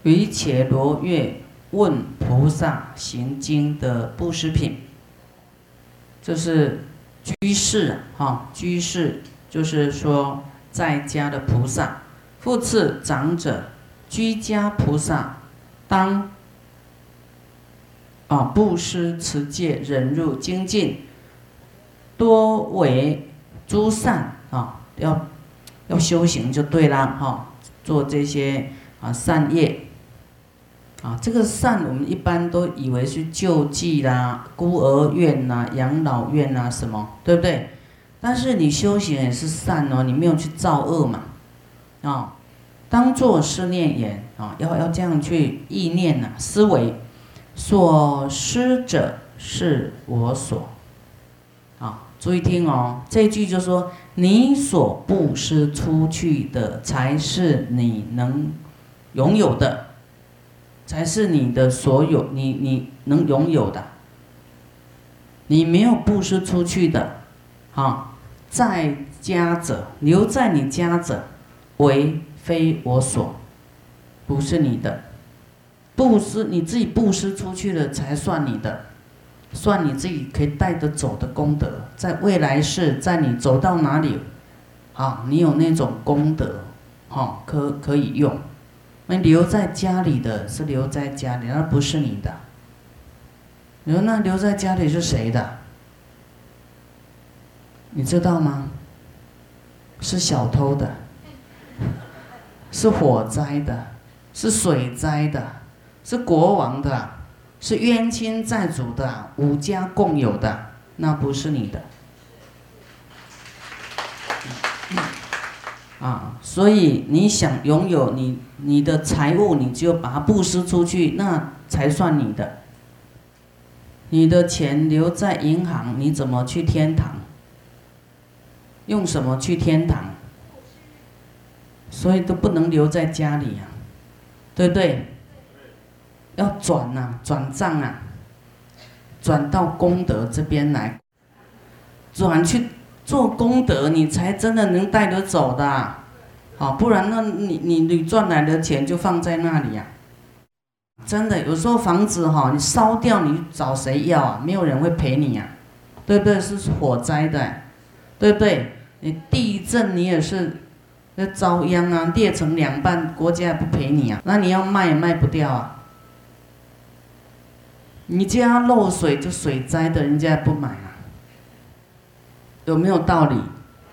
于伽罗月问菩萨行经的布施品，这是居士居士就是说在家的菩萨。复次长者，居家菩萨当布施持戒忍辱精进，多为诸善要修行就对啦做这些善业这个善我们一般都以为是救济啦、孤儿院啦、养老院啦什么，对不对？但是你修行也是善你没有去造恶嘛当作是念言要这样去意念思维，所施者是我所注意听这句就说你所布施出去的才是你能拥有的，才是你的所有，你能拥有的。你没有布施出去的在家者，留在你家者，为非我所，不是你的。布施你自己布施出去了才算你的，算你自己可以带得走的功德，在未来世，在你走到哪里你有那种功德可以用。那留在家里的是留在家里，那不是你的。那留在家里是谁的？你知道吗？是小偷的，是火灾的，是水灾的，是国王的，是冤亲债主的，五家共有的，那不是你的。所以你想拥有你的财物，你就把它布施出去，那才算你的。你的钱留在银行，你怎么去天堂？用什么去天堂？所以都不能留在家里对不对？要转转账转到功德这边来，转去做功德，你才真的能带得走的不然那你赚来的钱就放在那里真的，有时候房子你烧掉，你找谁要没有人会赔你对不对？是火灾的对不对？你地震你也是遭殃裂成两半，国家也不赔你那你要卖也卖不掉你家漏水就水灾的，人家也不买有没有道理？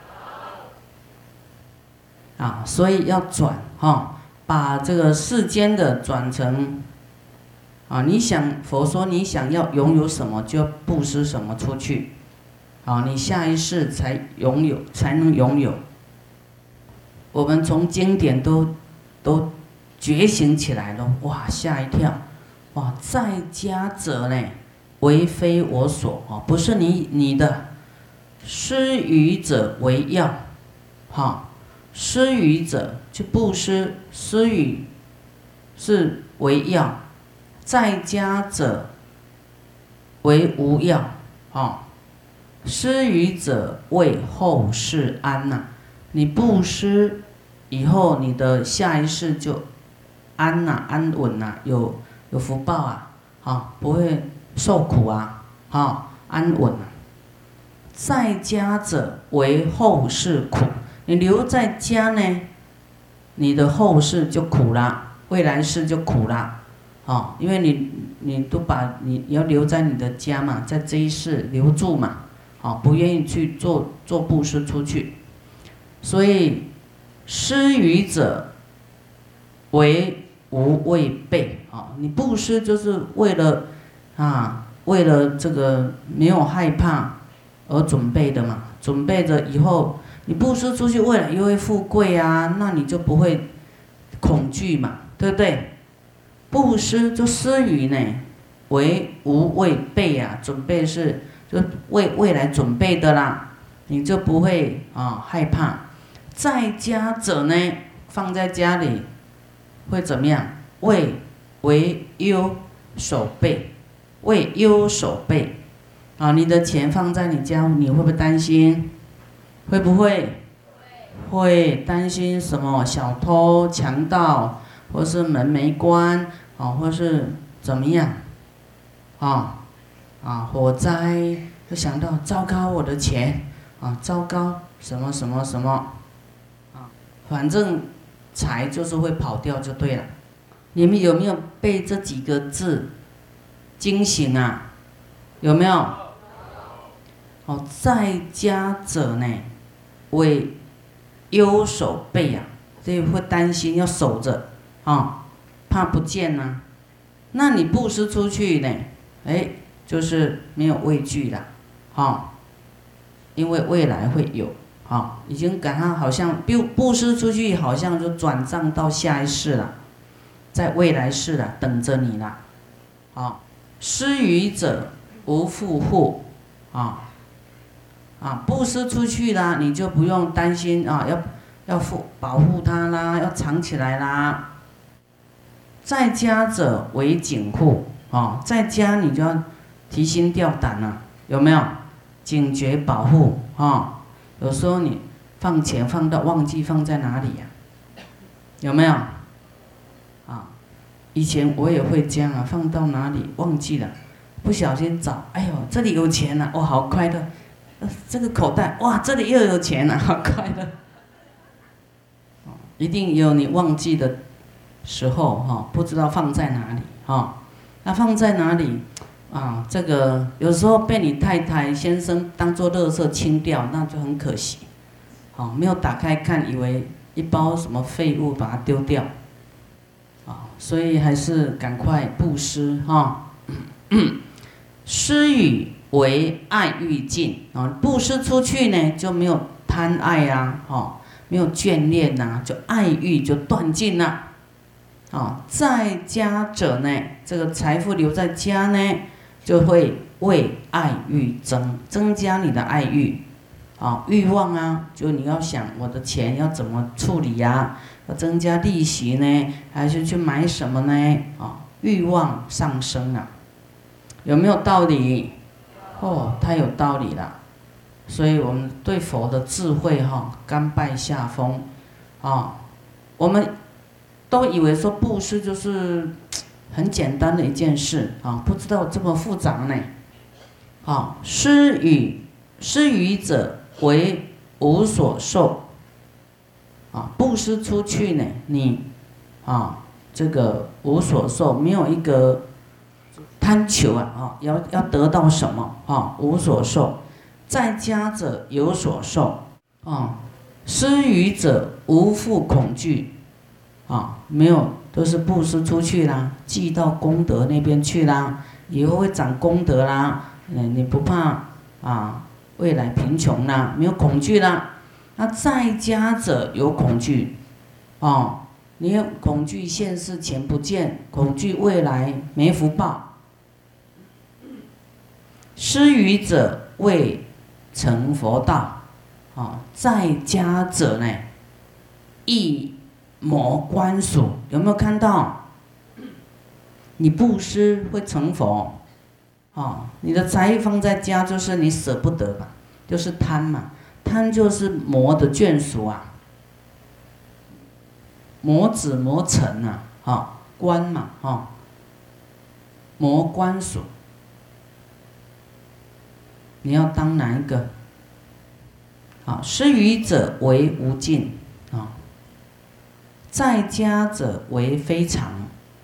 所以要转把这个世间的转成你想佛说你想要拥有什么，就要布施什么出去你下一世才能拥有。我们从经典都觉醒起来了，哇，吓一跳！哇，在家者呢，为非我所不是你的。施予者为要施予者就布施，施予是为要，在家者为无要施予者为后世安你布施以后，你的下一世就安安稳有福报不会受苦安稳在家者为后世苦，你留在家呢，你的后世就苦啦，未来世就苦啦因为你都把你要留在你的家嘛，在这一世留住嘛不愿意去做布施出去，所以施予者为无畏备你布施就是为了这个没有害怕而准备的嘛，准备着以后你布施出去，未来又会富贵那你就不会恐惧嘛，对不对？布施就施予呢，为无畏备准备是就为未来准备的啦，你就不会害怕。在家者呢，放在家里会怎么样？为忧守备，为忧守备你的钱放在你家，你会不会担心？会不会？会担心什么？小偷、强盗， 或是门没关，或是怎么样，火灾，就想到糟糕我的钱，糟糕什么什么什么，反正财就是会跑掉就对了。你们有没有被这几个字惊醒啊？有没有？在家者呢，为忧守备啊，所以会担心要守着，怕不见啊。那你布施出去呢，就是没有畏惧了，因为未来会有，已经赶上好像布施出去，好像就转账到下一世了，在未来世了，等着你了，施予者无负户，布施出去啦，你就不用担心要保护它啦，要藏起来啦。在家者为警护，在家你就要提心吊胆了，有没有？警觉保护，有时候你放钱放到忘记放在哪里呀，有没有？以前我也会这样啊，放到哪里忘记了，不小心找，哎呦，这里有钱了，哇，好快乐。这个口袋，哇，这里又有钱了，好快乐。一定有你忘记的时候，不知道放在哪里，那放在哪里这个有时候被你太太先生当作垃圾清掉，那就很可惜，没有打开看，以为一包什么废物把它丢掉，所以还是赶快布施施予为爱欲尽布施出去呢，就没有贪爱没有眷恋就爱欲就断尽了。在家者呢，这个财富留在家呢，就会为爱欲增加你的爱欲，欲望就你要想我的钱要怎么处理要增加利息呢，还是去买什么呢？欲望上升了，有没有道理？太有道理了。所以我们对佛的智慧甘拜下风我们都以为说布施就是很简单的一件事不知道这么复杂呢。施予者为无所受布施出去呢，你这个无所受，没有一个贪求要得到什么无所受。在家者有所受施予者无复恐惧没有，都是布施出去啦，寄到功德那边去啦，以后会长功德啦，你不怕未来贫穷啦，没有恐惧啦。那在家者有恐惧你有恐惧现世钱不见，恐惧未来没福报。施予者为成佛道在家者呢，亦魔关属，有没有看到？你布施会成佛你的财富放在家，就是你舍不得吧，就是贪嘛，贪就是魔的眷属魔子魔臣官嘛魔关属，你要当哪一个？施予者为无尽在家者为非常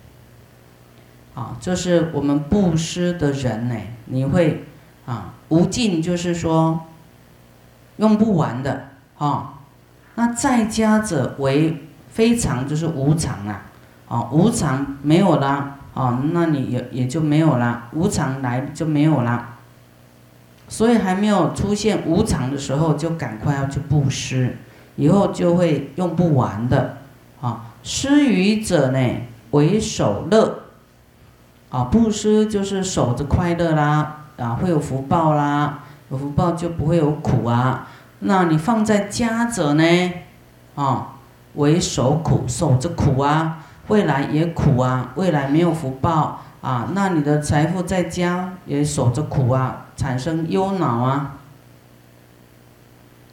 就是我们布施的人呢，你会无尽，就是说用不完的那在家者为非常，就是无常无常没有啦那你也就没有啦，无常来就没有啦。所以还没有出现无常的时候，就赶快要去布施，以后就会用不完的施予者呢为守乐布施就是守着快乐啦会有福报啦，有福报就不会有苦那你放在家者呢为守苦，守着苦未来也苦未来没有福报那你的财富在家也守着苦产生忧恼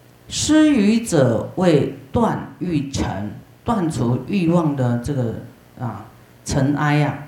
施予者为断欲尘，断除欲望的这个尘埃啊。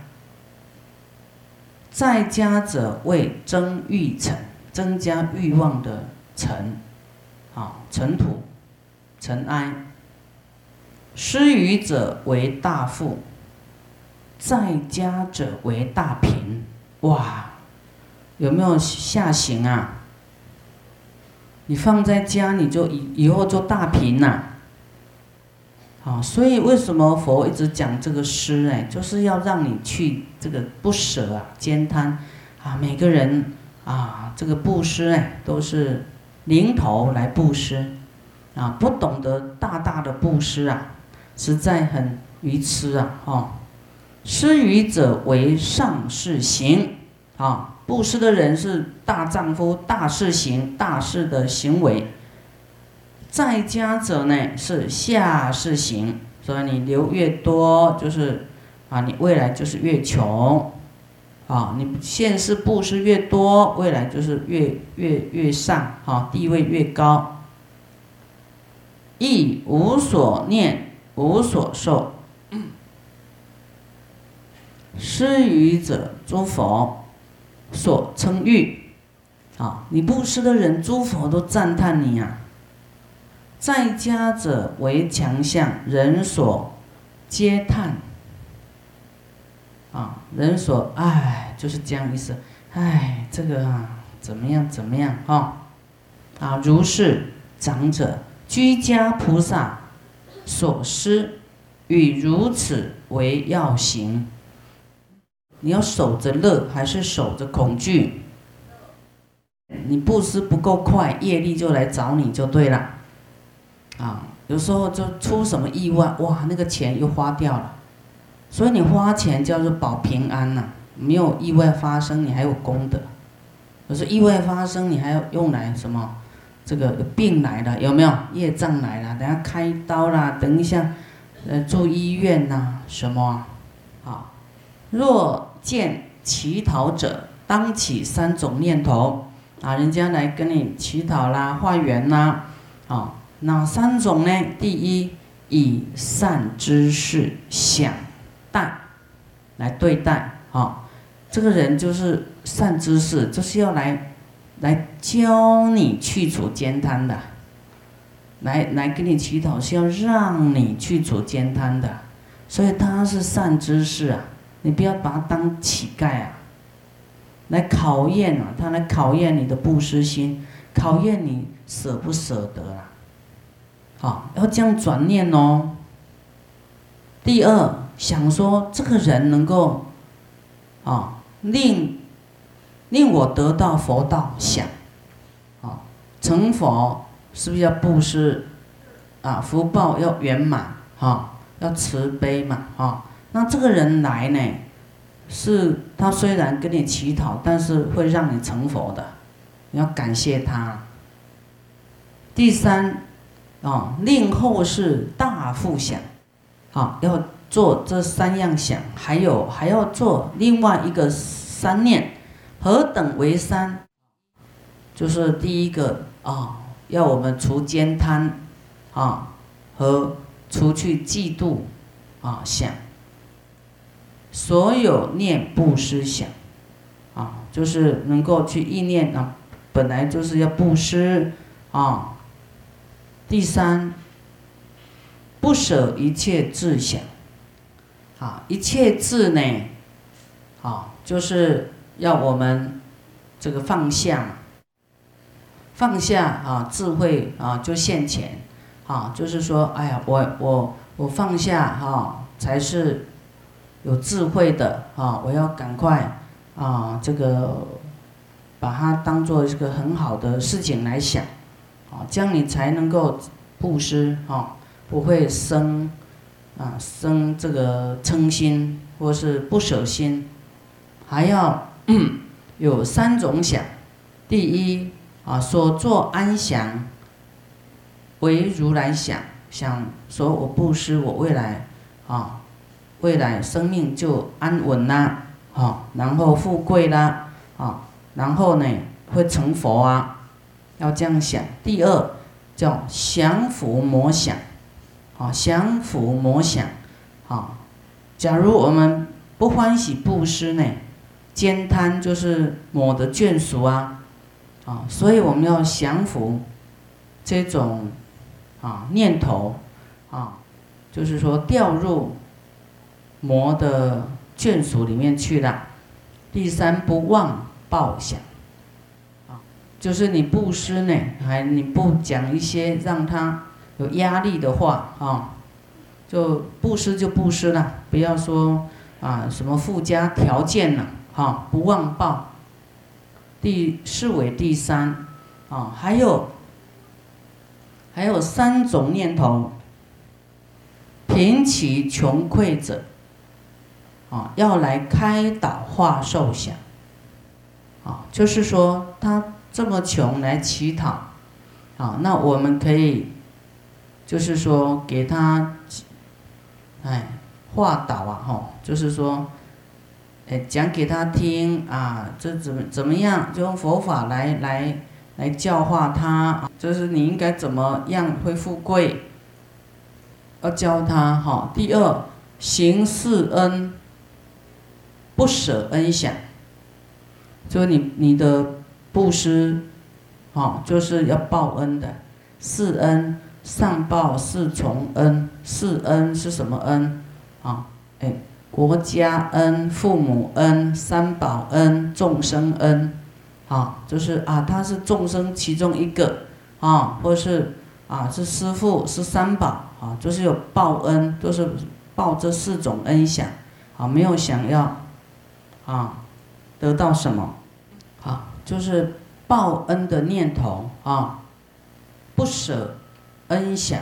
在家者为增欲尘，增加欲望的尘，尘土、尘埃。施予者为大富，在家者为大贫。哇，有没有下行啊？你放在家，你就以后就大贫呐。所以为什么佛一直讲这个施呢？就是要让你去这个不舍啊、兼贪啊。每个人这个布施都是零头来布施不懂得大大的布施实在很愚痴施予者为上士行布施的人是大丈夫、大事行、大事的行为。在家者呢是下士行，所以你留越多，就是你未来就是越穷你现世布施越多，未来就是越上地位越高。亦无所念，无所受。施予者诸佛所称誉你布施的人，诸佛都赞叹你在家者为强项，人所嗟叹人所就是这样意思。这个怎么样怎么样如是长者居家菩萨所施，与如此为要行。你要守着乐还是守着恐惧？你布施不够快，业力就来找你就对了有时候就出什么意外，哇，那个钱又花掉了。所以你花钱叫做保平安没有意外发生，你还有功德。有时候意外发生，你还要用来什么？这个病来了，有没有？业障来了，等下开刀啦，等一下，住医院什么若见乞讨者，当起3种念头人家来跟你乞讨啦、化缘啦哪3种呢？第一，以善知识想待来对待这个人就是善知识，就是要来教你去除慳贪的，来跟你祈祷是要让你去除慳贪的，所以他是善知识你不要把他当乞丐来考验他来考验你的布施心，考验你舍不舍得要这样转念第二，想说这个人能够令我得到佛道想成佛是不是要布施福报要圆满要慈悲嘛那这个人来呢，是他虽然跟你乞讨，但是会让你成佛的，你要感谢他。第三令后世大富想要做这3样想，还要做另外一个3念，何等为3？就是第一个要我们除慳贪和除去嫉妒想。所有念布施想就是能够去意念本来就是要布施第三，不舍一切智想一切智呢就是要我们这个放下智慧就现前就是说我放下才是有智慧的我要赶快这个把它当做一个很好的事情来想这样你才能够布施不会生这个嗔心或是不舍心。还要有3种想。第一所作安详为如来想说我布施，我未来生命就安稳啦然后富贵啦然后呢会成佛要这样想。第二叫降伏魔想降伏魔想假如我们不欢喜布施呢，兼贪就是我的眷属啊，所以我们要降服这种念头就是说掉入魔的眷属里面去了。第三，不妄报想，就是你布施呢，你不讲一些让他有压力的话就布施就布施了，不要说什么附加条件了不妄报。视为第三还有3种念头，贫其穷匮者要来开导化受想就是说他这么穷来乞讨那我们可以就是说给他化导就是说讲给他听这怎么样，就用佛法来教化他，就是你应该怎么样会富贵，要教他第二，行四恩，不舍恩想，就是你的布施就是要报恩的。四恩，上报四重恩。四恩是什么恩国家恩、父母恩、三宝恩、众生恩就是他是众生其中一个或是是师父，是三宝就是有报恩，都是报这4种恩想没有想要得到什么就是报恩的念头不舍恩想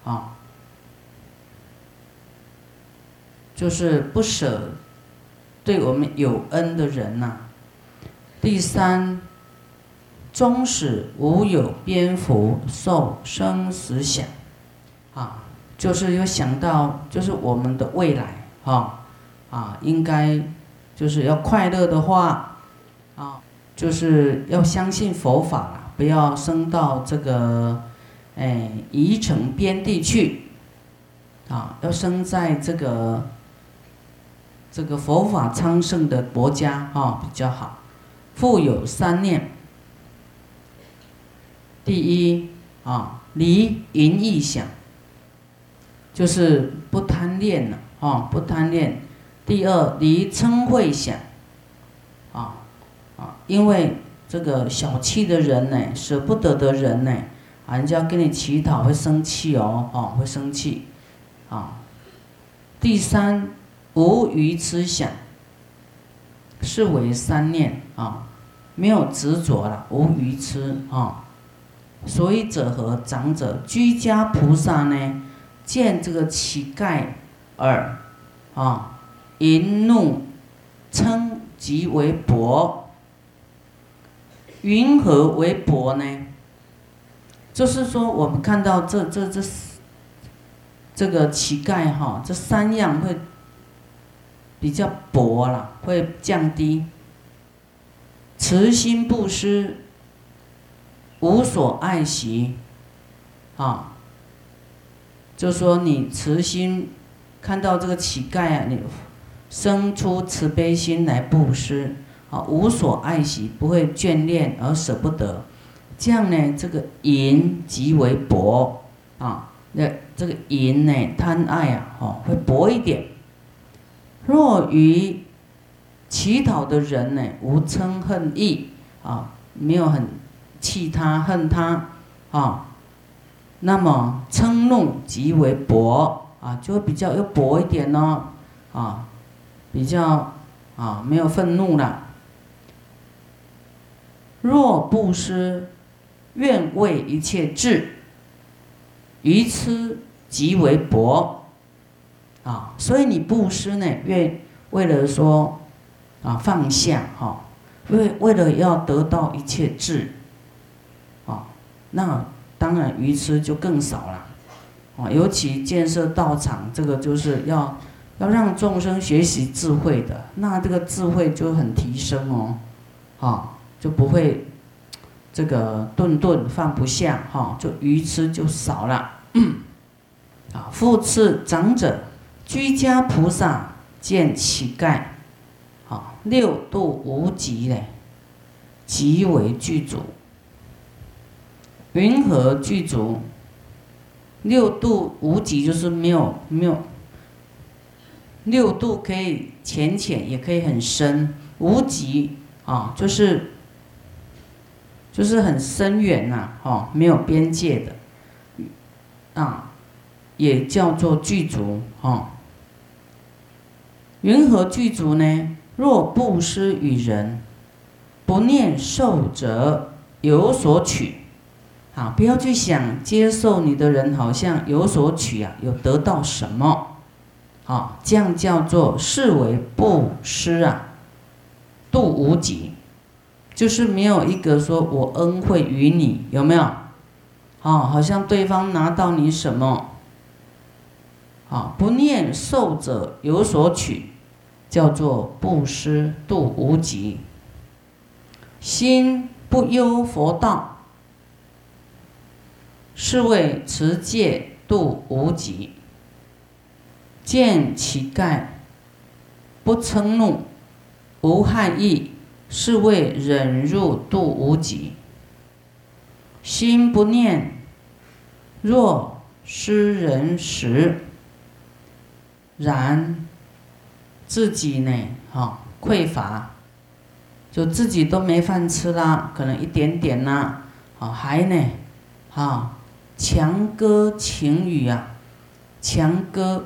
就是不舍对我们有恩的人呐。第三，终始无有边幅受生死想就是有想到就是我们的未来应该就是要快乐的话就是要相信佛法啦，不要升到这个夷城边地去要生在这个佛法昌盛的国家比较好。复有3念，第一离淫意想，就是不贪恋了不贪恋。第二，离嗔恚想因为这个小气的人呢，舍不得的人呢人家跟你乞讨会生气会生气第三，无愚痴想，是为3念没有执着了，无愚痴所以者何？长者居家菩萨呢，见这个乞丐耳淫怒嗔即为薄。云何为薄呢？就是说我们看到这个乞丐这3样会比较薄啦，会降低。慈心布施，无所爱惜就说你慈心看到这个乞丐你生出慈悲心来布施无所爱惜，不会眷恋而舍不得，这样呢这个淫极为薄那这个淫呢贪爱会薄一点。若于乞讨的人呢，无嗔恨意没有很气他恨他那么嗔怒极为薄就会比较又薄一点比较没有愤怒了。若布施愿为一切智，愚痴极为薄所以你布施呢，为了说放下为了要得到一切智那当然愚痴就更少了尤其建设道场，这个就是要让众生学习智慧的，那这个智慧就很提升就不会这个顿顿放不下就愚痴就少了复次长者居家菩萨见乞丐，啊，六度无极嘞，即为具足。云何具足？六度无极就是没有，六度可以浅浅，也可以很深，无极啊，就是很深远呐，哦，没有边界的，啊，也叫做具足，哦。云何具足呢？若布施与人，不念受者有所取。啊，不要去想接受你的人好像有所取啊，有得到什么，啊，这样叫做视为布施啊，度无极，就是没有一个说我恩惠于你，有没有？啊，好像对方拿到你什么，啊，不念受者有所取，叫做布施度无极。心不忧佛道，是谓持戒度无极。见乞丐，不嗔怒，无害意，是谓忍辱度无极。心不念，若施人时，然自己呢，匮乏，就自己都没饭吃啦，可能一点点啦，还呢，强歌情语啊，强歌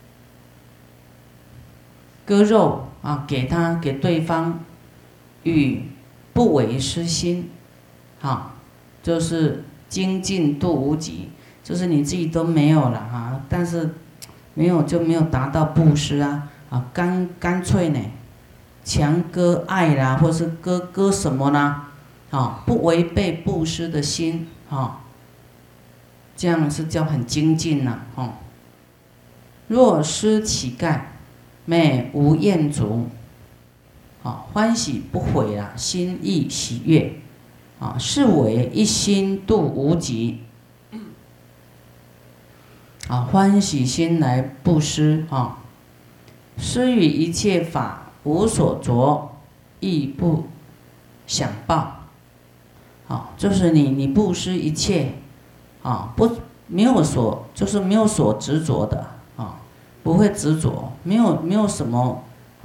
肉啊，给对方，与不为失心，就是精进度无极，就是你自己都没有了哈，但是没有就没有达到布施啊，干脆呢，强割爱啦，或是割什么啦，不违背布施的心，这样是叫很精进呐，若施乞丐，昧无厌足，欢喜不悔啦，心意喜悦，是为一心度无极，欢喜心来布施，施与一切法无所着，亦不想报，就是你布施一切。没有所执着的，不会执着，没有什么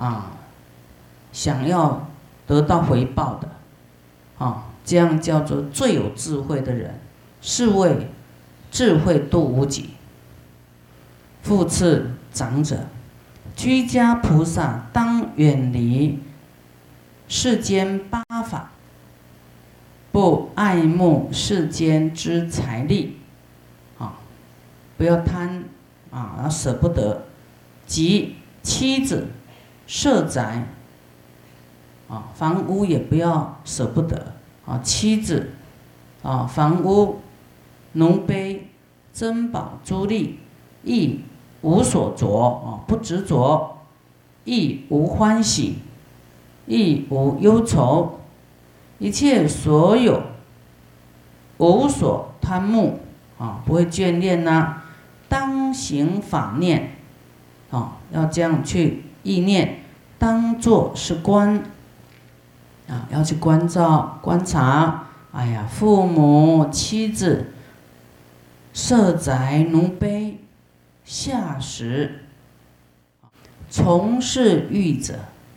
想要得到回报的，这样叫做最有智慧的人，是谓智慧度无极。复次长者，居家菩萨当远离世间八法，不爱慕世间之财力，不要贪，舍不得，及妻子、舍宅，房屋也不要舍不得，妻子，房屋、奴婢、珍宝、珠粒，亦无所着，不执着，亦无欢喜，亦无忧愁。一切所有无所贪慕，不会眷恋呐，当行法念，要这样去意念，当作是观，要去观照观察，哎呀，父母、妻子、舍宅、奴婢、下食、从事欲者，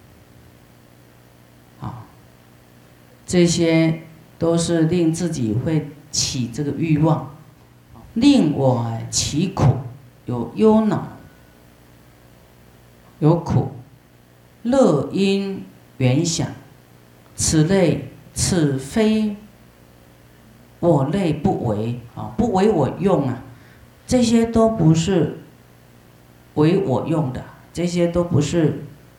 这些都是令自己会起这个欲望，令我起苦，有忧恼，有苦，乐因缘想，此非我类不为，不为我用啊，这些都不是为我用的，这些都不是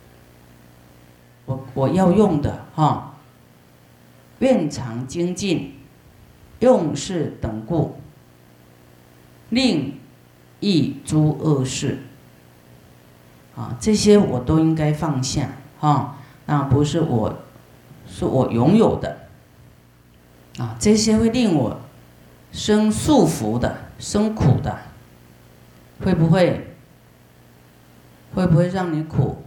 我要用的哈。愿常精进，用事等故，令益诸恶事。这些我都应该放下，那不是我，是我拥有的，这些会令我生束缚的，生苦的，会不会会不会让你苦？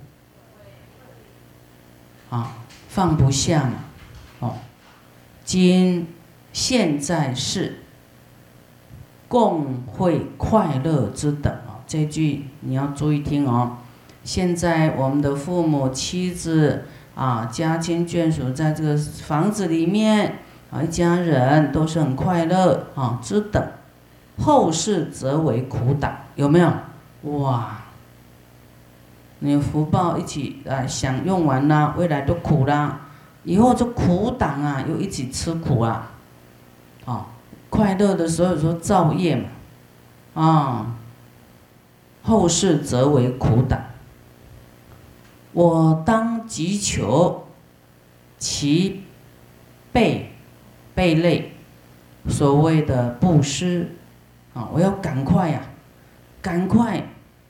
啊，放不下嘛。哦，今现在是共会快乐之等啊，这句你要注意听哦。现在我们的父母、妻子啊，家亲眷属在这个房子里面啊，一家人都是很快乐啊之等。后世则为苦党，有没有？哇！你的福报一起享用完啦，未来都苦啦，以后就苦党啊，又一起吃苦啊！啊，快乐的时候说造业嘛，啊，后世则为苦党。我当急求其贝类，所谓的布施啊，我要赶快呀，赶快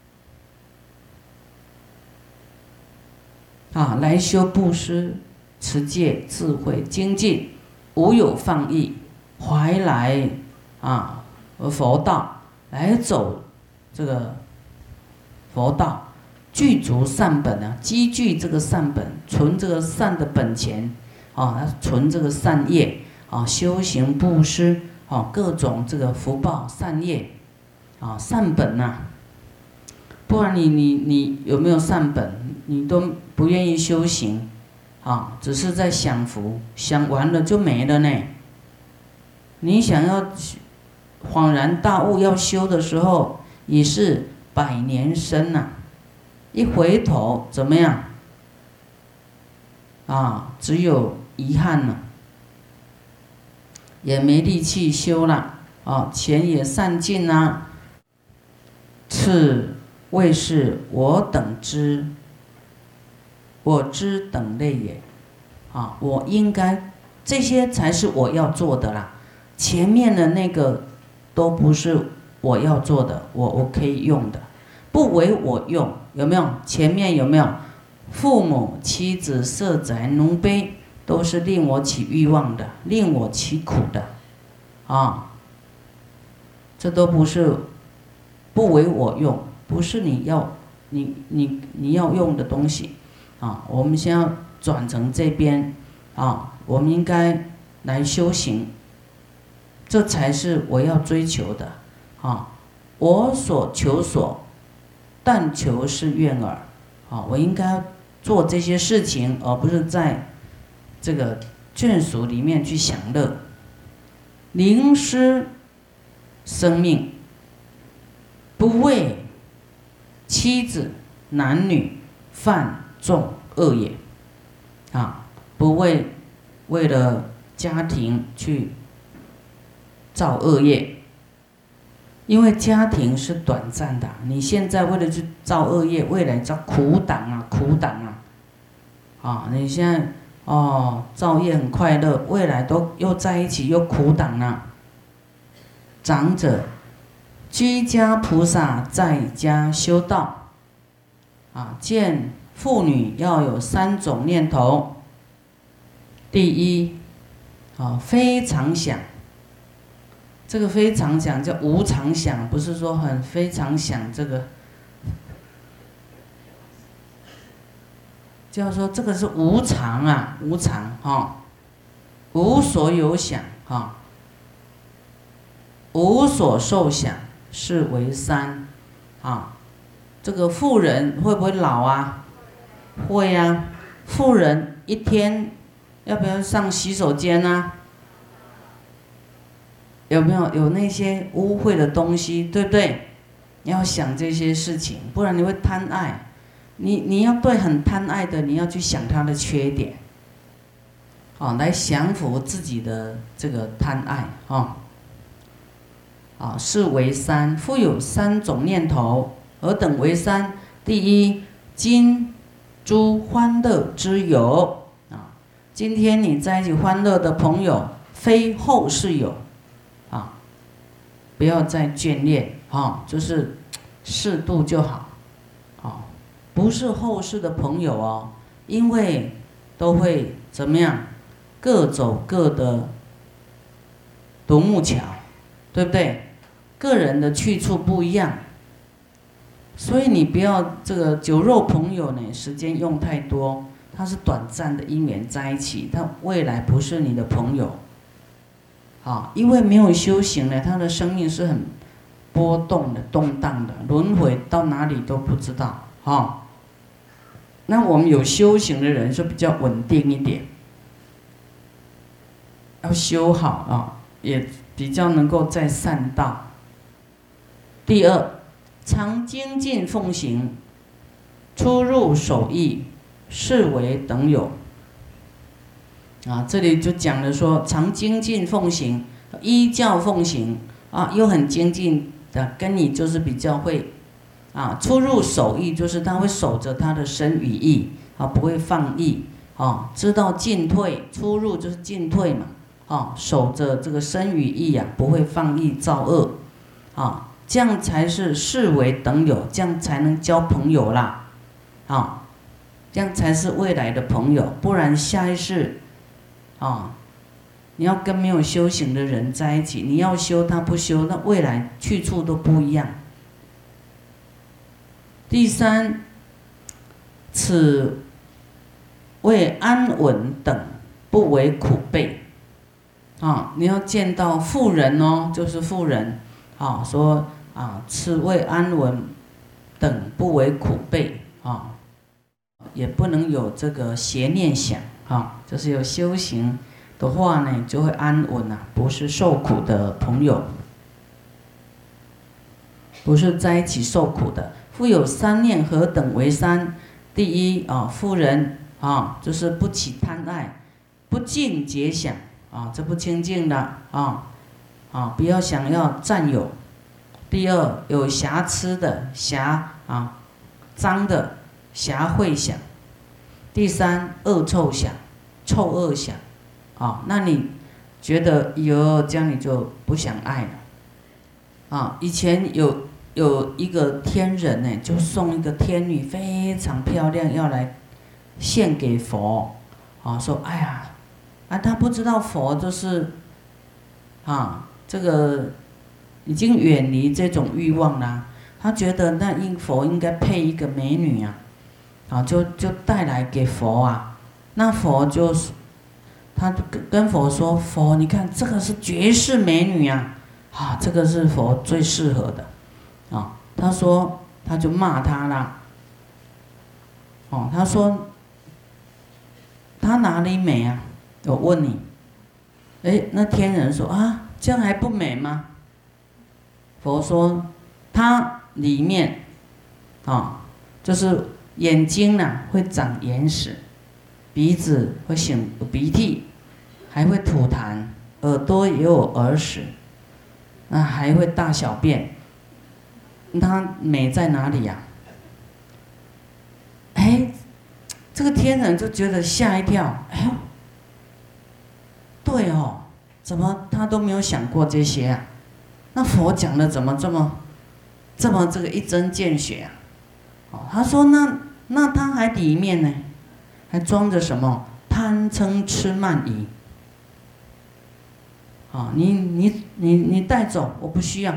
啊来修布施、持戒、智慧、精进，无有放逸，怀来啊佛道，来走这个佛道。具足善本啊，积聚这个善本，存这个善的本钱啊，存这个善业啊，修行布施啊，各种这个福报善业啊，善本呐、啊。不然你有没有善本？你都不愿意修行啊，只是在享福，享完了就没了呢。你想要恍然大悟要修的时候，也是百年生呐、啊。一回头怎么样？啊，只有遗憾了，也没力气修了啊，钱也散尽啦。此谓是我等之，我之等类也。啊，我应该这些才是我要做的啦，前面的那个都不是我要做的，我可以用的。不为我用，有没有？前面有没有？父母、妻子、舍宅、奴婢，都是令我起欲望的，令我起苦的，啊，这都不是不为我用，不是你要你要用的东西，啊，我们先要转成这边，啊，我们应该来修行，这才是我要追求的，啊，我所求所。但求是愿耳，啊，我应该做这些事情，而不是在这个眷属里面去享乐，凌失生命，不为妻子男女犯众恶也，啊，不为了家庭去造恶业。因为家庭是短暂的，你现在为了去造恶业，未来叫苦党啊，苦党啊，啊，你现在哦造业很快乐，未来都又在一起又苦党了。长者，居家菩萨在家修道，啊，见妇女要有3种念头。第一，啊，非常想。这个非常想叫无常想，不是说很非常想这个，就要说这个是无常啊，无常哈，无所有想哈，无所受想，是为3啊。这个妇人会不会老啊？会啊，妇人一天要不要上洗手间啊？有没有那些污秽的东西，对不对？你要想这些事情，不然你会贪爱。你要对很贪爱的，你要去想他的缺点，啊，来降服自己的这个贪爱啊。啊，是为3，复有3种念头，尔等为3。第一，今诸欢乐之友啊，今天你在一起欢乐的朋友，非后世友。啊，不要再眷恋啊，就是适度就好，啊，不是后世的朋友哦，因为都会怎么样，各走各的独木桥，对不对？个人的去处不一样， 所以你不要这个酒肉朋友呢，时间用太多，他是短暂的因缘在一起，他未来不是你的朋友。啊，因为没有修行呢，他的生命是很波动的、动荡的，轮回到哪里都不知道。啊，那我们有修行的人是比较稳定一点，要修好啊，也比较能够在善道。第二，常精进奉行，出入守义，是为等有。啊，这里就讲了说，常精进奉行，依教奉行啊，又很精进的，跟你就是比较会啊，出入守义，就是他会守着他的身语意啊，不会放逸啊，知道进退，出入就是进退嘛啊，守着这个身语意啊，不会放逸造恶啊，这样才是视为等有，这样才能交朋友啦啊，这样才是未来的朋友，不然下一世。啊，你要跟没有修行的人在一起，你要修他不修，那未来去处都不一样。第三，此为安稳等，不为苦备。啊，你要见到富人哦，就是富人。啊，说啊，此为安稳等，不为苦备。啊，也不能有这个邪念想。啊，就是有修行的话呢，就会安稳啊，不是受苦的朋友，不是在一起受苦的。复有三念，何等为三？第一啊，富人啊，就是不起贪爱，不净结想啊，这不清净的啊啊，不要想要占有。第二，有瑕疵的瑕啊，脏的瑕秽想。第三，恶臭想，臭恶想，啊，那你觉得哟，这样你就不想爱了，啊，以前有一个天人呢，就送一个天女非常漂亮，要来献给佛，啊，说哎呀，啊，他不知道佛就是，啊，这个已经远离这种欲望啦，他觉得那佛应该配一个美女啊。啊，就带来给佛啊，那佛就是他跟佛说，佛你看这个是绝世美女啊，啊这个是佛最适合的，啊他说他就骂他啦，哦他说他哪里美啊？我问你，哎那天人说啊这样还不美吗？佛说他里面啊就是。眼睛呢会长眼屎，鼻子会擤鼻涕，还会吐痰，耳朵也有耳屎，那还会大小便。它美在哪里呀？哎，这个天人就觉得吓一跳，哎呦，对哦，怎么他都没有想过这些啊？那佛讲的怎么这么这个一针见血啊？哦，他说那他还里面呢，还装着什么贪嗔痴慢疑？啊，你带走，我不需要。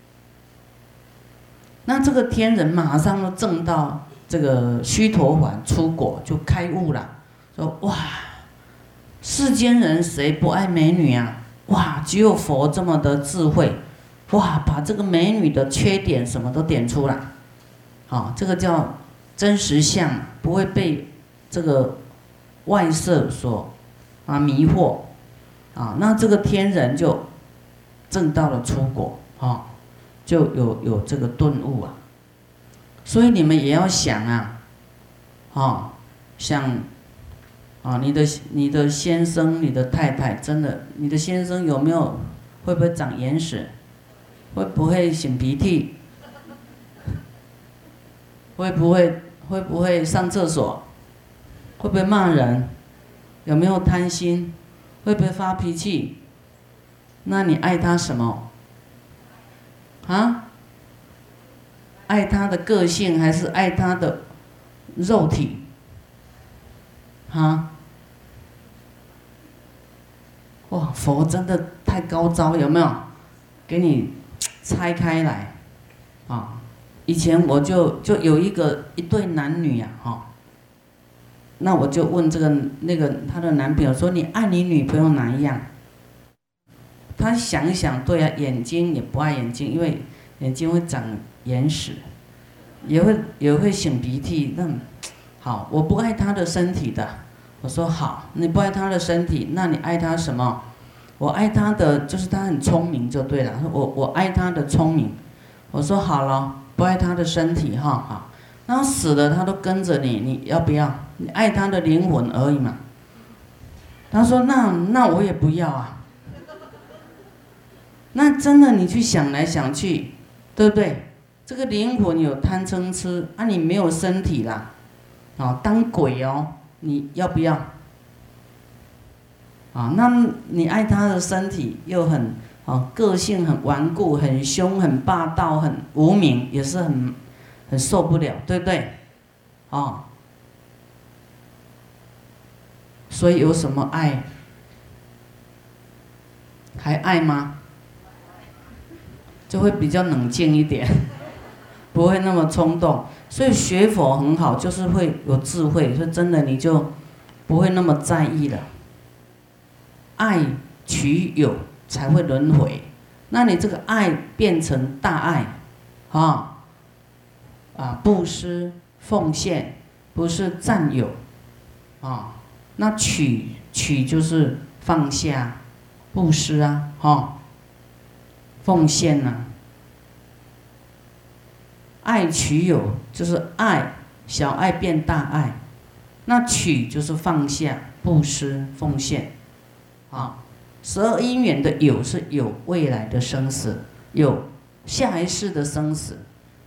那这个天人马上就证到这个须陀洹出果，就开悟了，说哇，世间人谁不爱美女啊？哇，只有佛这么的智慧，哇，把这个美女的缺点什么都点出来，啊，这个叫真实相，不会被这个外色所迷惑，啊，那这个天人就证到了出果，啊，就有这个顿悟啊。所以你们也要想啊，啊，想啊，你的先生、你的太太，真的，你的先生有没有会不会长眼屎？会不会擤鼻涕？会不会上厕所？会不会骂人？有没有贪心？会不会发脾气？那你爱他什么？啊？爱他的个性还是爱他的肉体？啊？哇，佛真的太高招，有没有？给你拆开来，啊， 以前我就有一对男女啊，哈，那我就问这个那个他的男朋友说：“你爱你女朋友哪一样？”他想一想，对啊，眼睛也不爱眼睛，因为眼睛会长眼屎，也会擤鼻涕。那好，我不爱他的身体的。我说好，你不爱他的身体，那你爱他什么？我爱他的就是他很聪明就对了。我爱他的聪明。我说好了，不爱他的身体哈好，那死了他都跟着你，你要不要？你爱他的灵魂而已嘛。他说那我也不要啊。那真的你去想来想去，对不对？这个灵魂有贪嗔痴啊，你没有身体啦，啊当鬼哦。你要不要？啊，那你爱他的身体，又很个性很顽固、很凶、很霸道、很无名，也是很受不了，对不对？啊，所以有什么爱？还爱吗？就会比较冷静一点，不会那么冲动。所以学佛很好，就是会有智慧，所以真的你就不会那么在意了。爱取有才会轮回，那你这个爱变成大爱，布施奉献不是占有，那取就是放下，布施啊，奉献啊。爱取有就是爱，小爱变大爱，那取就是放下、布施、奉献，12因缘的有是有未来的生死，有下一世的生死。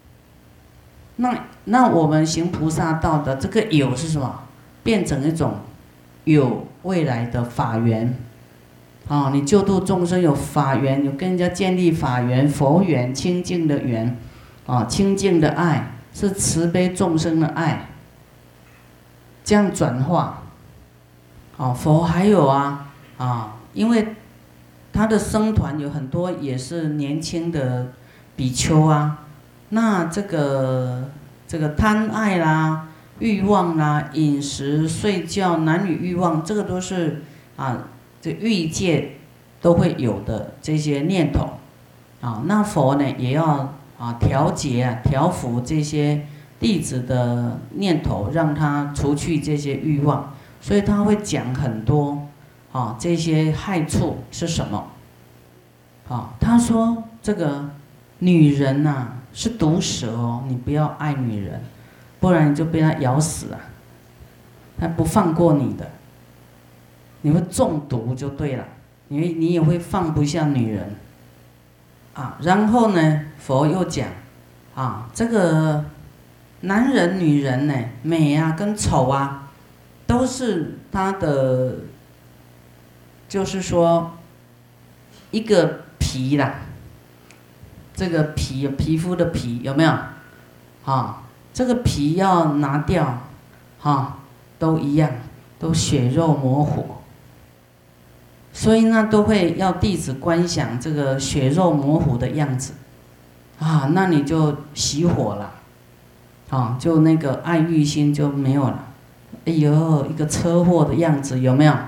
那我们行菩萨道的这个有是什么？变成一种有未来的法缘，你救度众生有法缘，有跟人家建立法缘、佛缘、清净的缘。清净的爱是慈悲众生的爱，这样转化。佛还有因为他的僧团有很多也是年轻的比丘啊，那这个贪爱啦、欲望啦、饮食、睡觉、男女欲望，这个都是这欲界都会有的这些念头。那佛呢也要调节调伏这些弟子的念头，让他除去这些欲望，所以他会讲很多这些害处是什么。他说这个女人是毒蛇哦，你不要爱女人，不然你就被她咬死啊，她不放过你的，你会中毒就对了，你也会放不下女人。然后呢，佛又讲，这个男人、女人呢，美跟丑都是他的，就是说一个皮啦，这个皮肤的皮有没有？这个皮要拿掉，都一样，都血肉模糊。所以呢，都会要弟子观想这个血肉模糊的样子，那你就熄火了，就那个爱欲心就没有了。哎呦，一个车祸的样子有没有？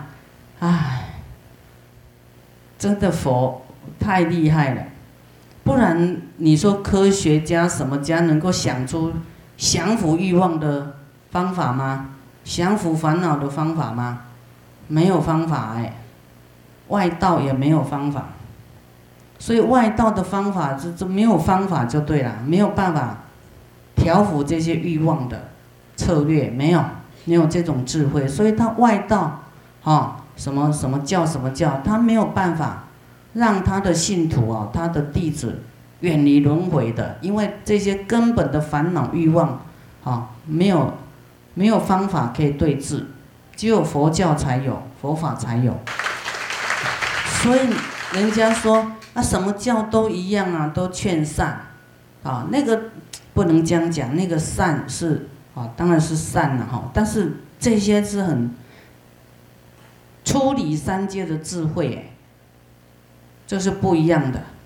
真的佛太厉害了，不然你说科学家什么家能够想出降服欲望的方法吗？降服烦恼的方法吗？没有方法外道也没有方法，所以外道的方法这没有方法就对了，没有办法调伏这些欲望的策略，没有这种智慧，所以他外道什么教什么教，他没有办法让他的信徒他的弟子远离轮回的，因为这些根本的烦恼欲望没有方法可以对治，只有佛教才有，佛法才有。所以人家说什么教都一样都劝善，那个不能这样讲，那个善是当然是善了但是这些是很出离三界的智慧这是不一样的。